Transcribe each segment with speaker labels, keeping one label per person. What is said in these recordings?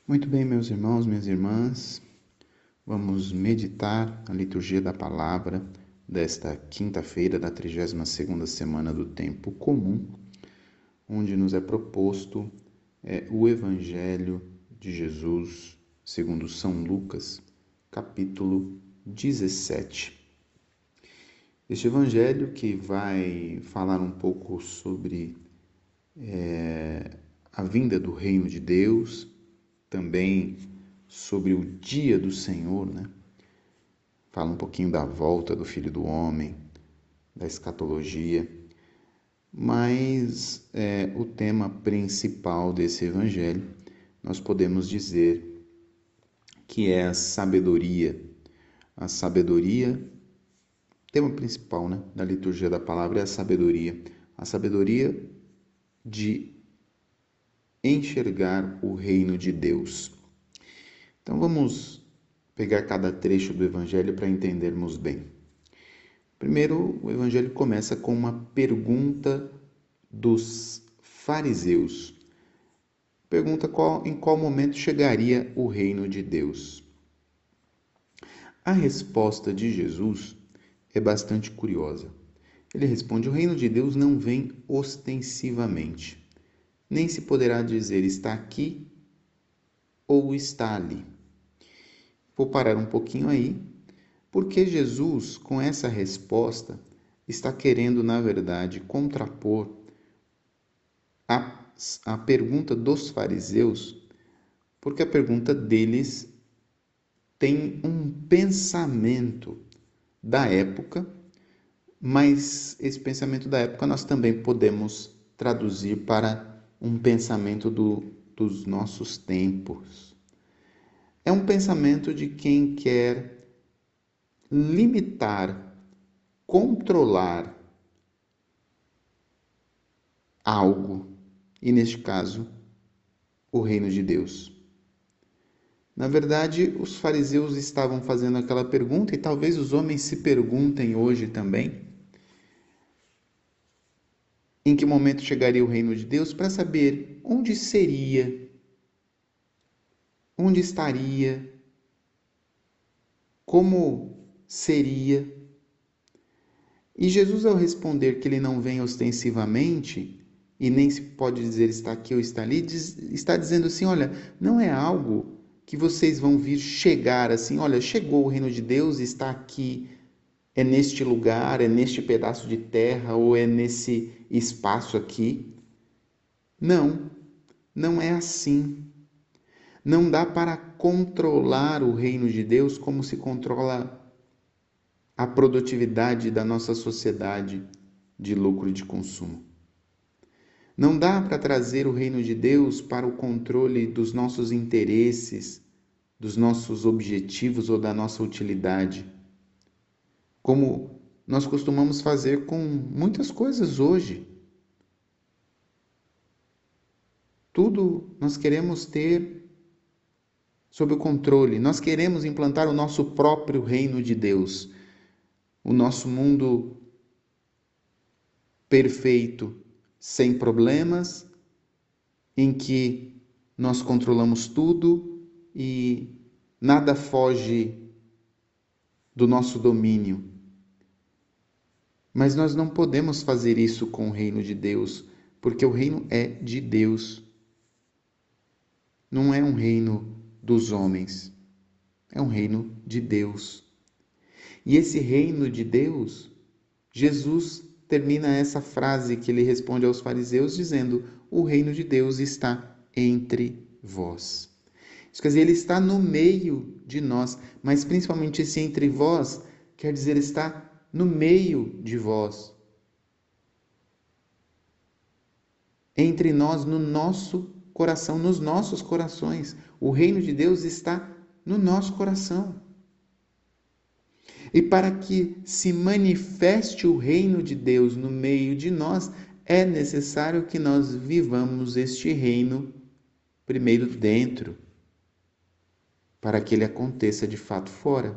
Speaker 1: Muito bem, meus irmãos, minhas irmãs, vamos meditar a liturgia da palavra desta quinta-feira da 32ª semana do tempo comum, onde nos é proposto o Evangelho de Jesus segundo São Lucas, capítulo 17. Este Evangelho que vai falar um pouco sobre a vinda do reino de Deus, também sobre o dia do Senhor, né? Fala um pouquinho da volta do Filho do Homem, da escatologia, mas o tema principal desse evangelho, nós podemos dizer que é a sabedoria. A sabedoria, tema principal, né, da liturgia da palavra é a sabedoria de enxergar o reino de Deus. Então vamos pegar cada trecho do Evangelho para entendermos bem. Primeiro, o Evangelho começa com uma pergunta dos fariseus. Pergunta em qual momento chegaria o reino de Deus. A resposta de Jesus é bastante curiosa. Ele responde: o reino de Deus não vem ostensivamente, nem se poderá dizer está aqui ou está ali. Vou parar um pouquinho aí, porque Jesus, com essa resposta, está querendo, na verdade, contrapor a pergunta dos fariseus, porque a pergunta deles tem um pensamento da época, mas esse pensamento da época nós também podemos traduzir para um pensamento dos nossos tempos. É um pensamento de quem quer limitar, controlar algo, e neste caso, o reino de Deus. Na verdade, os fariseus estavam fazendo aquela pergunta, e talvez os homens se perguntem hoje também, em que momento chegaria o reino de Deus, para saber onde seria, onde estaria, como seria. E Jesus, ao responder que ele não vem ostensivamente, e nem se pode dizer está aqui ou está ali, está dizendo assim, olha, não é algo que vocês vão vir chegar assim, olha, chegou o reino de Deus, está aqui, é neste lugar, é neste pedaço de terra, ou é nesse espaço aqui. Não, não é assim. Não dá para controlar o reino de Deus como se controla a produtividade da nossa sociedade de lucro e de consumo. Não dá para trazer o reino de Deus para o controle dos nossos interesses, dos nossos objetivos ou da nossa utilidade, como nós costumamos fazer com muitas coisas hoje. Tudo nós queremos ter sob o controle, nós queremos implantar o nosso próprio reino de Deus, o nosso mundo perfeito, sem problemas, em que nós controlamos tudo e nada foge do nosso domínio. Mas nós não podemos fazer isso com o reino de Deus, porque o reino é de Deus. Não é um reino dos homens, é um reino de Deus. E esse reino de Deus, Jesus termina essa frase que ele responde aos fariseus dizendo: o reino de Deus está entre vós. Isso quer dizer, ele está no meio de nós, mas principalmente esse entre vós quer dizer está no meio de vós. Entre nós, no nosso coração, nos nossos corações. O reino de Deus está no nosso coração. E para que se manifeste o reino de Deus no meio de nós, é necessário que nós vivamos este reino primeiro dentro, para que ele aconteça de fato fora.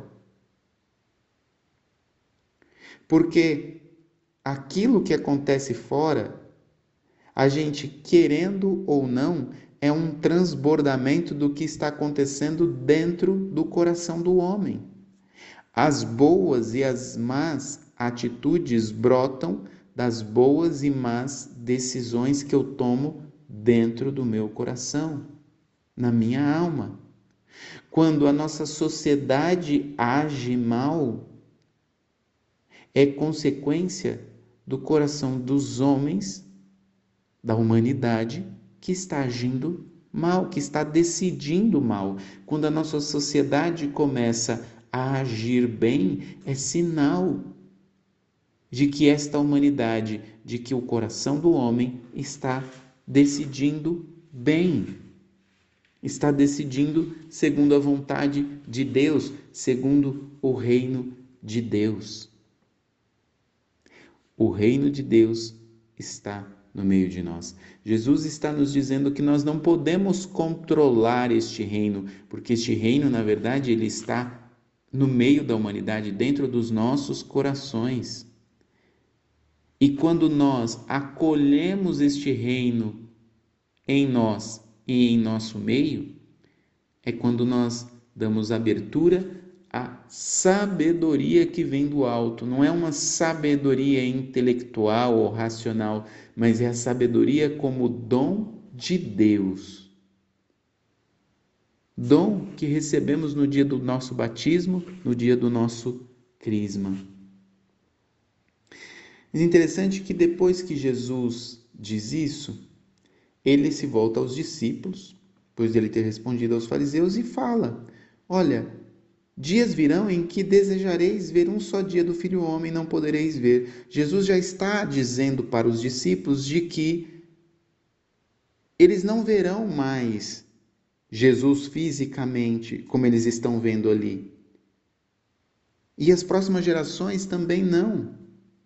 Speaker 1: Porque aquilo que acontece fora, a gente querendo ou não, é um transbordamento do que está acontecendo dentro do coração do homem. As boas e as más atitudes brotam das boas e más decisões que eu tomo dentro do meu coração, na minha alma. Quando a nossa sociedade age mal, é consequência do coração dos homens, da humanidade, que está agindo mal, que está decidindo mal. Quando a nossa sociedade começa a agir bem, é sinal de que esta humanidade, de que o coração do homem está decidindo bem, está decidindo segundo a vontade de Deus, segundo o reino de Deus. O reino de Deus está no meio de nós. Jesus está nos dizendo que nós não podemos controlar este reino, porque este reino, na verdade, ele está no meio da humanidade, dentro dos nossos corações. E quando nós acolhemos este reino em nós e em nosso meio, é quando nós damos abertura à sabedoria que vem do alto. Não é uma sabedoria intelectual ou racional, mas é a sabedoria como dom de Deus. Dom que recebemos no dia do nosso batismo, no dia do nosso crisma. É interessante que depois que Jesus diz isso, ele se volta aos discípulos, depois de ele ter respondido aos fariseus, e fala: olha, dias virão em que desejareis ver um só dia do Filho do Homem e não podereis ver. Jesus já está dizendo para os discípulos de que eles não verão mais Jesus fisicamente, como eles estão vendo ali. E as próximas gerações também não.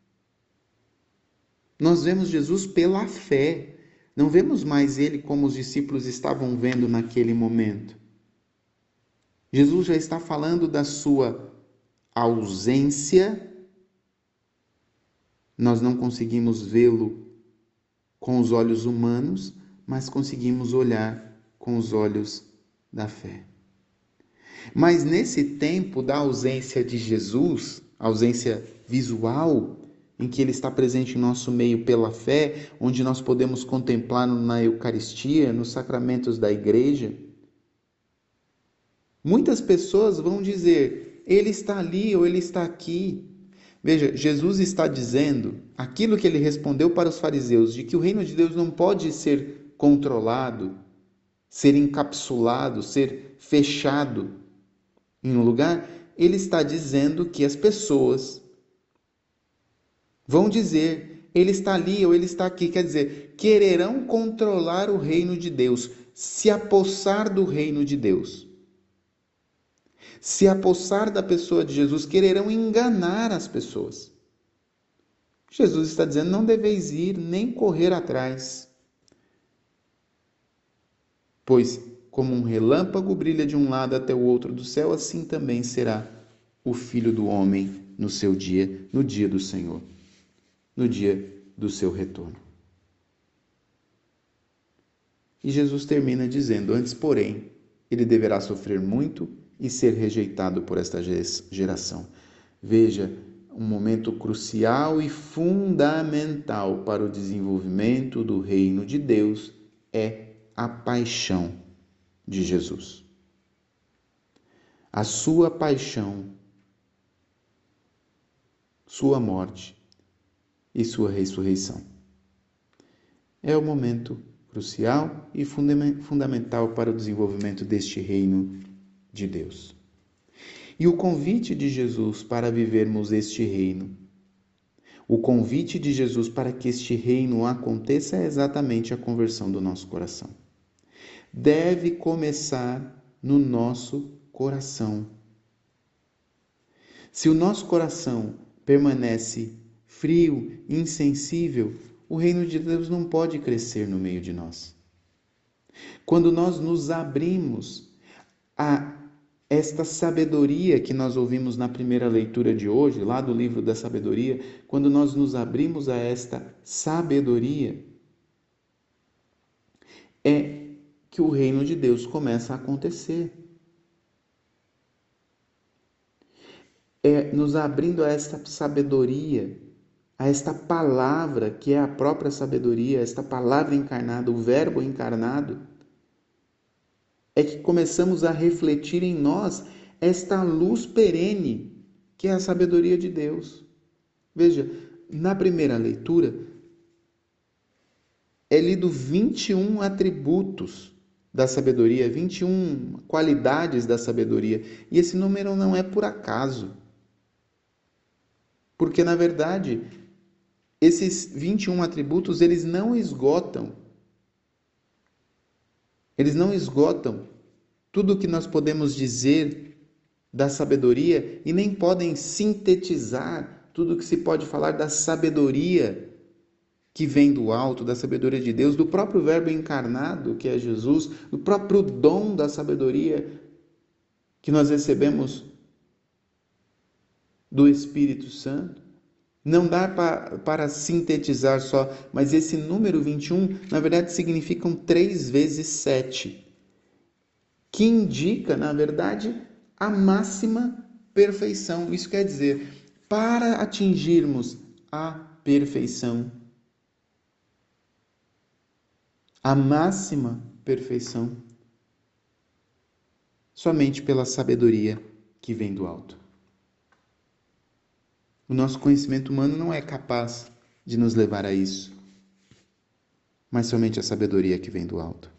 Speaker 1: Nós vemos Jesus pela fé. Não vemos mais ele como os discípulos estavam vendo naquele momento. Jesus já está falando da sua ausência. Nós não conseguimos vê-lo com os olhos humanos, mas conseguimos olhar com os olhos da fé. Mas nesse tempo da ausência de Jesus, ausência visual, em que ele está presente em nosso meio pela fé, onde nós podemos contemplá-lo na Eucaristia, nos sacramentos da igreja, muitas pessoas vão dizer: ele está ali ou ele está aqui. Veja, Jesus está dizendo aquilo que ele respondeu para os fariseus, de que o reino de Deus não pode ser controlado, ser encapsulado, ser fechado em um lugar. Ele está dizendo que as pessoas vão dizer: ele está ali ou ele está aqui. Quer dizer, quererão controlar o reino de Deus, se apossar do reino de Deus. Se apossar da pessoa de Jesus, quererão enganar as pessoas. Jesus está dizendo: não deveis ir nem correr atrás. Pois, como um relâmpago brilha de um lado até o outro do céu, assim também será o Filho do Homem no seu dia, no dia do Senhor, no dia do seu retorno. E Jesus termina dizendo: antes, porém, ele deverá sofrer muito e ser rejeitado por esta geração. Veja, um momento crucial e fundamental para o desenvolvimento do reino de Deus é a paixão de Jesus. A sua paixão, sua morte e sua ressurreição. É o momento crucial e fundamental para o desenvolvimento deste reino de Deus. E o convite de Jesus para vivermos este reino, o convite de Jesus para que este reino aconteça é exatamente a conversão do nosso coração. Deve começar no nosso coração. Se o nosso coração permanece frio, insensível, o reino de Deus não pode crescer no meio de nós. Quando nós nos abrimos a esta sabedoria que nós ouvimos na primeira leitura de hoje, lá do livro da sabedoria, quando nós nos abrimos a esta sabedoria, é que o reino de Deus começa a acontecer. É nos abrindo a esta sabedoria, a esta palavra que é a própria sabedoria, esta palavra encarnada, o Verbo encarnado, é que começamos a refletir em nós esta luz perene que é a sabedoria de Deus. Veja, na primeira leitura é lido 21 atributos da sabedoria, 21 qualidades da sabedoria, e esse número não é por acaso. Porque na verdade, esses 21 atributos, eles não esgotam tudo o que nós podemos dizer da sabedoria e nem podem sintetizar tudo o que se pode falar da sabedoria que vem do alto, da sabedoria de Deus, do próprio Verbo encarnado, que é Jesus, do próprio dom da sabedoria que nós recebemos do Espírito Santo. Não dá para sintetizar só, mas esse número 21, na verdade, significam 3 vezes 7, que indica, na verdade, a máxima perfeição. Isso quer dizer, para atingirmos a perfeição, a máxima perfeição, somente pela sabedoria que vem do alto. O nosso conhecimento humano não é capaz de nos levar a isso, mas somente a sabedoria que vem do alto.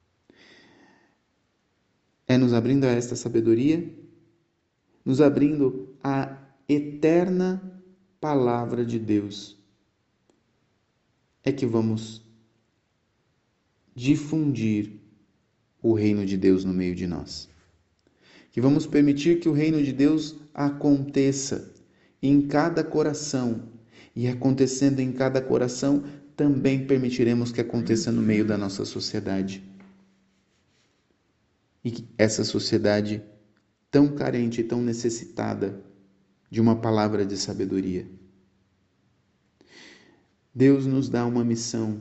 Speaker 1: É nos abrindo a esta sabedoria, nos abrindo à eterna palavra de Deus, é que vamos difundir o reino de Deus no meio de nós. Que vamos permitir que o reino de Deus aconteça em cada coração, e acontecendo em cada coração, também permitiremos que aconteça no meio da nossa sociedade. E que essa sociedade tão carente e tão necessitada de uma palavra de sabedoria. Deus nos dá uma missão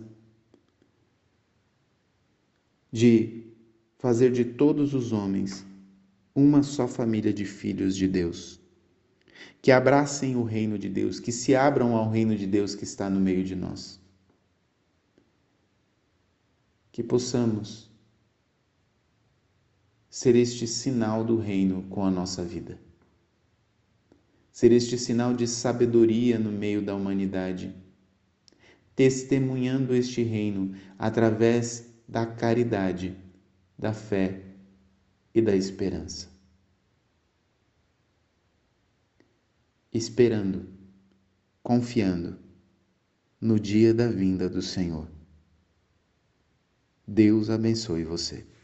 Speaker 1: de fazer de todos os homens uma só família de filhos de Deus, que abracem o reino de Deus, que se abram ao reino de Deus que está no meio de nós. Que possamos ser este sinal do reino com a nossa vida. Ser este sinal de sabedoria no meio da humanidade, testemunhando este reino através da caridade, da fé e da esperança. Esperando, confiando no dia da vinda do Senhor. Deus abençoe você.